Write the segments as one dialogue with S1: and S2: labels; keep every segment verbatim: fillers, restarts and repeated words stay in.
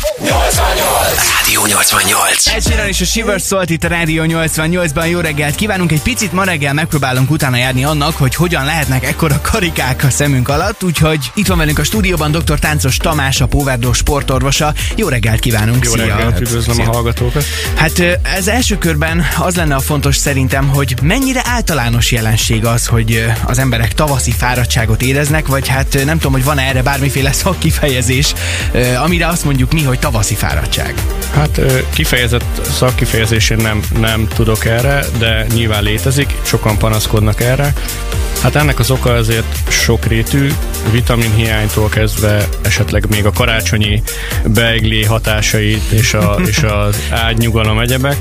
S1: nyolcvannyolc Rádió nyolcvannyolc.
S2: Ed Sheeran és a Shivers szólt itt a Rádió nyolcvannyolcban. Jó reggelt kívánunk. Egy picit ma reggel megpróbálunk utána járni annak, hogy hogyan lehetnek ekkora karikák a szemünk alatt, úgyhogy itt van velünk a stúdióban dr. Táncos Tamás, a Póverdós sportorvosa. Jó reggelt kívánunk.
S3: Jó
S2: Szia.
S3: reggelt, üdvözlöm Szia. a hallgatókat.
S2: Hát ez első körben az lenne a fontos szerintem, hogy mennyire általános jelenség az, hogy az emberek tavaszi fáradtságot éreznek, vagy hát nem tudom, hogy van-e erre bármiféle szakkifejezés, amire azt mondjuk mi, hogy tavaszi fáradtság.
S3: Hát kifejezett szakkifejezésén nem, nem tudok erre, de nyilván létezik, sokan panaszkodnak erre. Hát ennek az oka azért sokrétű, vitaminhiánytól kezdve esetleg még a karácsonyi beigli hatásait és, a, és az ágynyugalom egyebek,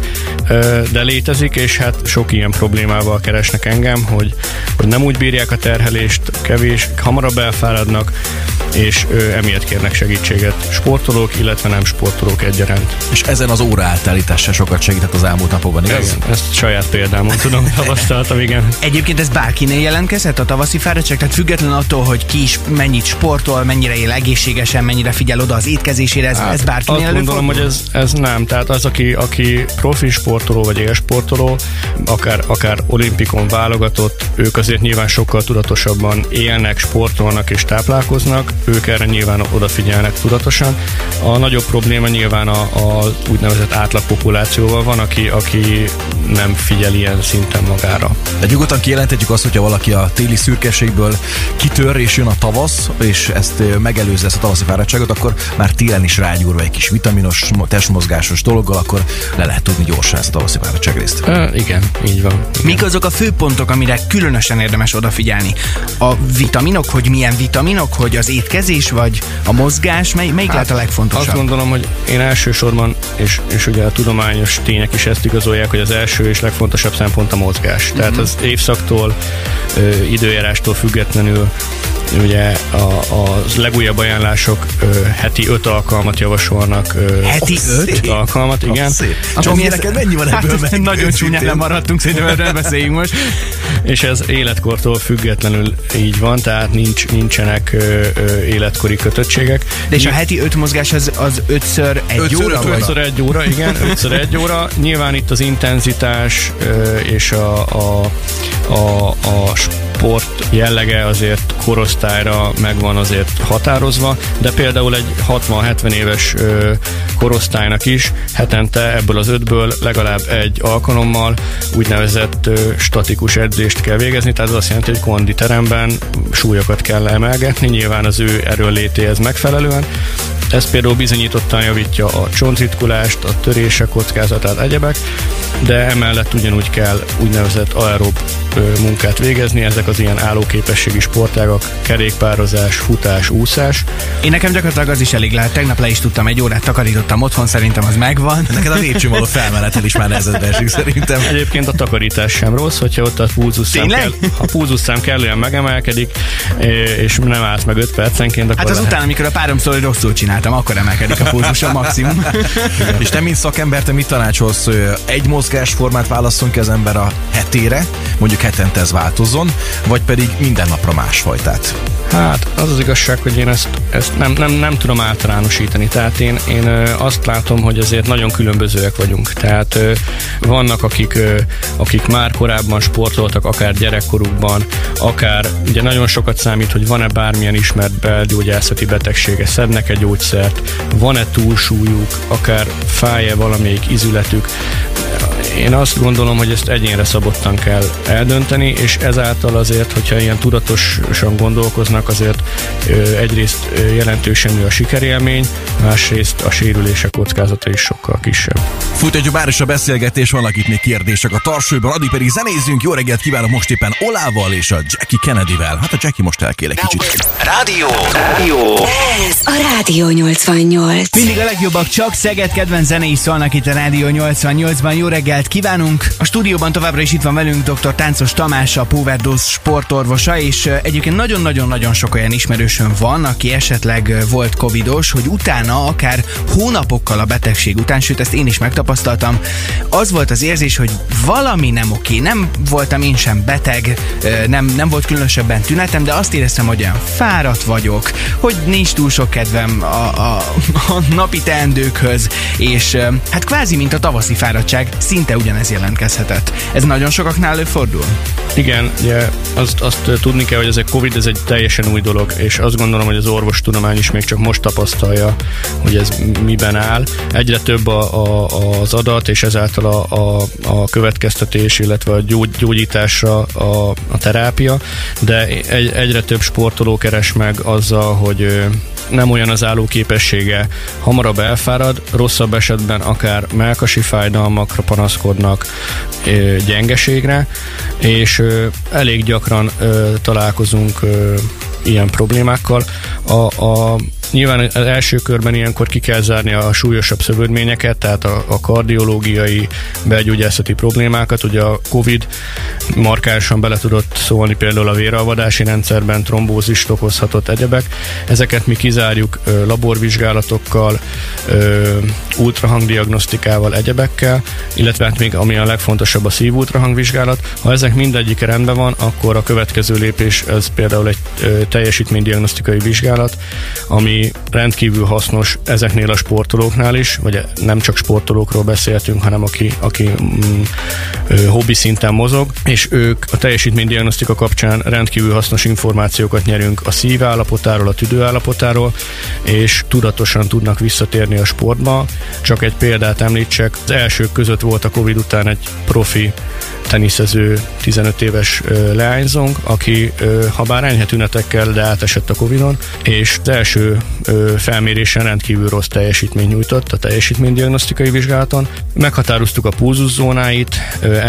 S3: de létezik, és hát sok ilyen problémával keresnek engem, hogy, hogy nem úgy bírják a terhelést, kevés, hamarabb elfáradnak, és ö, emiatt kérnek segítséget sportolók, illetve nem sportolók egyaránt.
S4: És ezen az óraátállítás se sokat segített az elmúlt napokban, igaz?
S3: Igen, ezt saját példámon tudom, tapasztaltam, igen.
S2: Egyébként ez bárkinél jelentkezhet a tavaszi fáradtság, tehát független attól, hogy ki is mennyit sportol, mennyire él egészségesen, mennyire figyel oda az étkezésére, ez, hát, ez bárkinél
S3: azt gondolom, hogy ez, ez nem. Tehát az, aki, aki profi sportoló vagy élsportoló, akár, akár olimpikon válogatott, ők azért nyilván sokkal tudatosabban élnek, sportolnak és táplálkoznak, ők erre nyilván odafigyelnek tudatosan. A nagyobb probléma nyilván a, a úgynevezett átlagpopulációval van, aki, aki nem figyel ilyen szinten magára.
S4: De nyugodtan kijelenthetjük azt, hogyha valaki a téli szürkeségből kitör és jön a tavasz, és ezt megelőzze ezt a tavaszi fáradtságot, akkor már télen is rágyúrva egy kis vitaminos, testmozgásos dologgal, akkor le lehet tudni gyorsan ezt a tavaszi fáradtság részt.
S3: E, igen, így van. Igen.
S2: Mik azok a fő pontok, amire különösen érdemes odafigyelni? A vitaminok, hogy milyen vitaminok, hogy az étkezés, vagy a mozgás, mely, melyik hát, lehet a legfontosabb?
S3: Azt gondolom, hogy én elsősorban, és, és ugye a tudományos tények is ezt igazolják, hogy az első és legfontosabb szempont a mozgás. Uh-huh. Tehát az évszaktól, ö, időjárástól függetlenül ugye a, a legújabb ajánlások ö, heti öt alkalmat javasolnak. Ö,
S2: heti öt?
S3: öt alkalmat, igen.
S4: Csomi, neked mennyi van ebből
S2: hát, meg? Nagyon csúnyán nem maradtunk, szerintem erről beszéljünk most.
S3: És ez életkortól függetlenül így van, tehát nincs, nincsenek ö, ö, életkori kötöttségek.
S2: De és a heti öt mozgás az, az ötször egy
S4: ötször
S2: óra?
S3: Ötször egy óra, igen, ötször egy óra. Nyilván itt az intenzitás ö, és a, a, a, a sport jellege azért korosztályra megvan azért határozva, de például egy hatvan-hetven éves ö, korosztálynak is hetente ebből az ötből legalább egy alkalommal úgynevezett ö, statikus edzést kell végezni, tehát az azt jelenti, hogy konditeremben súlyokat kell emelgetni, nyilván az ő erőnlétéhez megfelelően. Ez például bizonyítottan javítja a csontritkulást, a törések kockázatát, egyebek, de emellett ugyanúgy kell úgynevezett aerob munkát végezni, ezek az ilyen állóképességi sportágak, kerékpározás, futás, úszás.
S2: Én nekem gyakorlatilag az is elég lehet, tegnap le is tudtam, egy órát takarítottam otthon, szerintem az megvan.
S4: Neked a lépcsőn való felmenetel is már nehezedbe esik szerintem.
S3: Egyébként a takarítás sem rossz, hogyha ott a pulzusszám, kell, a pulzusszám kellően megemelkedik, és nem állsz meg öt percenként.
S2: Hát az lehet. Után, amikor a párom szól, hogy rosszul csináltam, akkor emelkedik a pulzusom maximum.
S4: És te, mint szakember, te mit tanácsolsz? Egy mozgásformát válasszon ki az ember a hetére, mondjuk hetente ez változzon, vagy pedig minden napra másfajtát?
S3: Hát az az igazság, hogy én ezt, ezt nem, nem, nem tudom általánosítani. Tehát én, én azt látom, hogy azért nagyon különbözőek vagyunk. Tehát vannak, akik, akik már korábban sportoltak, akár gyerekkorukban, akár ugye nagyon sokat számít, hogy van-e bármilyen ismert belgyógyászati betegsége, szednek-e gyógyszert, van-e túlsúlyuk, akár fáj-e valamelyik izületük. Én azt gondolom, hogy ezt egyénre szabottan kell eldönteni, és ezáltal azért, hogyha ilyen tudatosan gondolkoznak, azért ö, egyrészt ö, jelentősen nő a sikerélmény, másrészt a sérülések kockázata is sokkal kisebb.
S4: Folytatjuk már is a beszélgetés, vannak itt még kérdések a tarsőben, addig pedig zenézzünk. Jó reggelt kívánok most éppen Olával és a Jackie Kennedyvel. Hát a Jackie most elkél egy kicsit.
S1: Rádió! Rádió!
S5: Ez a Rádió nyolcvannyolc.
S2: Mindig a legjobbak csak Szeged kedvenc zenéi szólnak itt a Rádió nyolcvannyolcban. Jó reggelt kívánunk! A stúdióban továbbra is itt van velünk dr. Táncos Tamás, a Póverdós sportorvosa, és egyébként nagyon-nagyon-nagyon sok olyan ismerősön van, aki esetleg volt covidos, hogy utána akár hónapokkal a betegség után, sőt ezt én is megtapasztaltam, tapasztaltam, az volt az érzés, hogy valami nem oké. Nem voltam én sem beteg, nem, nem volt különösebben tünetem, de azt éreztem, hogy olyan fáradt vagyok, hogy nincs túl sok kedvem a, a, a napi teendőkhöz, és hát kvázi, mint a tavaszi fáradtság, szinte ugyanez jelentkezhetett. Ez nagyon sokaknál előfordul?
S3: Igen, ugye azt, azt tudni kell, hogy ez egy Covid, ez egy teljesen új dolog, és azt gondolom, hogy az orvostudomány is még csak most tapasztalja, hogy ez miben áll. Egyre több a, a, az adat, és ezáltal a, a, a következtetés, illetve a gyógy, gyógyításra a, a terápia, de egy, egyre több sportoló keres meg azzal, hogy nem olyan az állóképessége, hamarabb elfárad, rosszabb esetben akár mellkasi fájdalmakra panaszkodnak, gyengeségre, és elég gyakran találkozunk ilyen problémákkal. A, a Nyilván az első körben ilyenkor ki kell zárni a súlyosabb szövődményeket, tehát a, a kardiológiai, belgyógyászati problémákat. Ugye a Covid markánsan bele tudott szólni például a véralvadási rendszerben, trombózist okozhatott egyebek. Ezeket mi kizárjuk ö, laborvizsgálatokkal, ö, ultrahangdiagnosztikával, egyebekkel, illetve hát még ami a legfontosabb, a szívultrahangvizsgálat. Ha ezek mindegyik rendben van, akkor a következő lépés ez például egy ö, teljesítménydiagnosztikai vizsgálat, ami rendkívül hasznos ezeknél a sportolóknál is, vagy nem csak sportolókról beszéltünk, hanem aki, aki mm, hobbi szinten mozog, és ők a teljesítménydiagnosztika kapcsán rendkívül hasznos információkat nyerünk a szív állapotáról, a tüdő állapotáról, és tudatosan tudnak visszatérni a sportba. Csak egy példát említsek, az elsők között volt a Covid után egy profi teniszező, tizenöt éves leányzónk, aki ha bár enyhe tünetekkel, de átesett a Covidon, és az első felmérésen rendkívül rossz teljesítményt nyújtott a teljesítménydiagnosztikai vizsgálaton. Meghatároztuk a pulzuszónáit,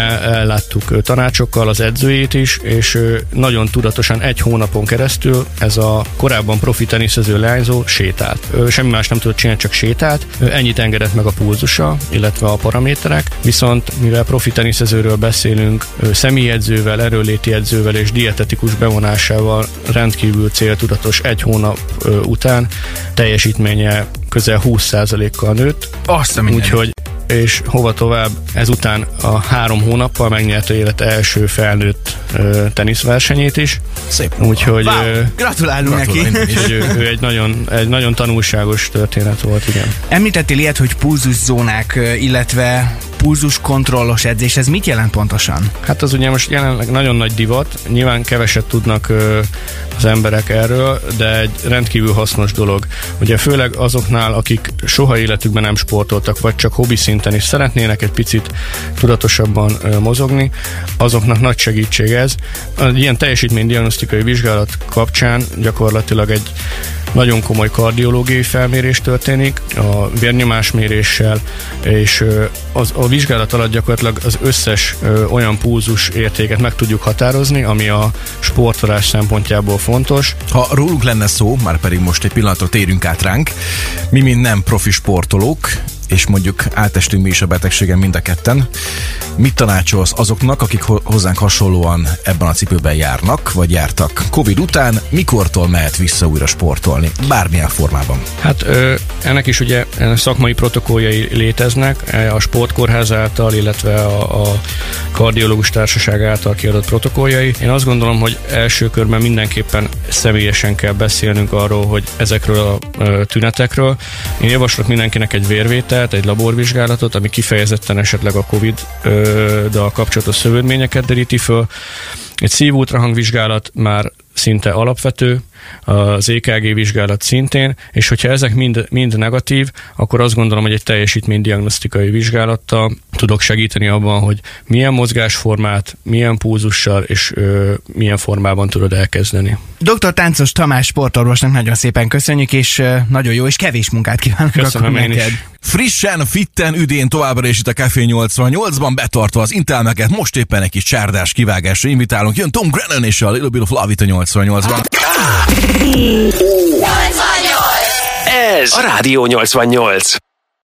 S3: elláttuk tanácsokkal az edzőjét is, és nagyon tudatosan egy hónapon keresztül ez a korábban profi teniszező leányzó sétált. Semmi más nem tudott csinálni, csak sétált. Ennyit engedett meg a pulzusa, illetve a paraméterek, viszont mivel profi teniszezőről beszélünk, személyedzővel, erőléti edzővel és dietetikus bevonásával rendkívül céltudatos egy hónap után teljesítménye közel húsz százalékkal nőtt.
S2: Azt a mindenit.
S3: Úgyhogy és hova tovább, ezután a három hónappal megnyerte élet első felnőtt ö, teniszversenyét is.
S4: Szép.
S3: Úgyhogy
S2: wow.
S3: ö,
S2: Gratulálunk neki.
S3: Úgyhogy ő, ő egy, nagyon, egy nagyon tanulságos történet volt, igen.
S2: Említettél ilyet, hogy pulzuszónák, illetve pulzuskontrollos edzés, ez mit jelent pontosan?
S3: Hát az ugye most jelenleg nagyon nagy divat, nyilván keveset tudnak ö, az emberek erről, de egy rendkívül hasznos dolog. Ugye főleg azoknál, akik soha életükben nem sportoltak, vagy csak hobbi szinten is szeretnének egy picit tudatosabban ö, mozogni, azoknak nagy segítség ez. Az ilyen teljesítménydiagnosztikai vizsgálat kapcsán gyakorlatilag egy nagyon komoly kardiológiai felmérés történik, a vérnyomásméréssel, és az, a vizsgálat alatt gyakorlatilag az összes ö, olyan pulzus értéket meg tudjuk határozni, ami a sportolás szempontjából fontos.
S4: Ha róluk lenne szó, már pedig most egy pillanatra térünk át ránk, mi mind nem profi sportolók, és mondjuk átestünk mi is a betegségen mind a ketten. Mit tanácsolsz azoknak, akik hozzánk hasonlóan ebben a cipőben járnak, vagy jártak Covid után, mikortól mehet vissza újra sportolni? Bármilyen formában.
S3: Hát ö, ennek is ugye szakmai protokolljai léteznek, a Sportkórház által, illetve a, a Kardiológus Társaság által kiadott protokolljai. Én azt gondolom, hogy első körben mindenképpen személyesen kell beszélnünk arról, hogy ezekről a ö, tünetekről. Én javaslok mindenkinek egy vérvételt, egy laborvizsgálatot, ami kifejezetten esetleg a Covid-dal kapcsolatos szövődményeket deríti föl. Egy szívultrahangvizsgálat már szinte alapvető, az é ká gé vizsgálat szintén, és hogyha ezek mind, mind negatív, akkor azt gondolom, hogy egy teljesítménydiagnosztikai vizsgálattal tudok segíteni abban, hogy milyen mozgásformát, milyen pulzussal és ö, milyen formában tudod elkezdeni.
S2: doktor Táncos Tamás sportorvosnak nagyon szépen köszönjük, és ö, nagyon jó és kevés munkát kívánok.
S3: Köszönöm én
S2: neked.
S3: is.
S4: Frissen, fitten, üdén továbbra is itt a Café nyolcvannyolcban, betartva az intelmeket, most éppen egy kis csárdás kivágásra invitálunk. Jön Tom Grennan és a Little Bit of Love itt a nyolcvannyolcban.
S1: Ez a Rádió nyolcvannyolc.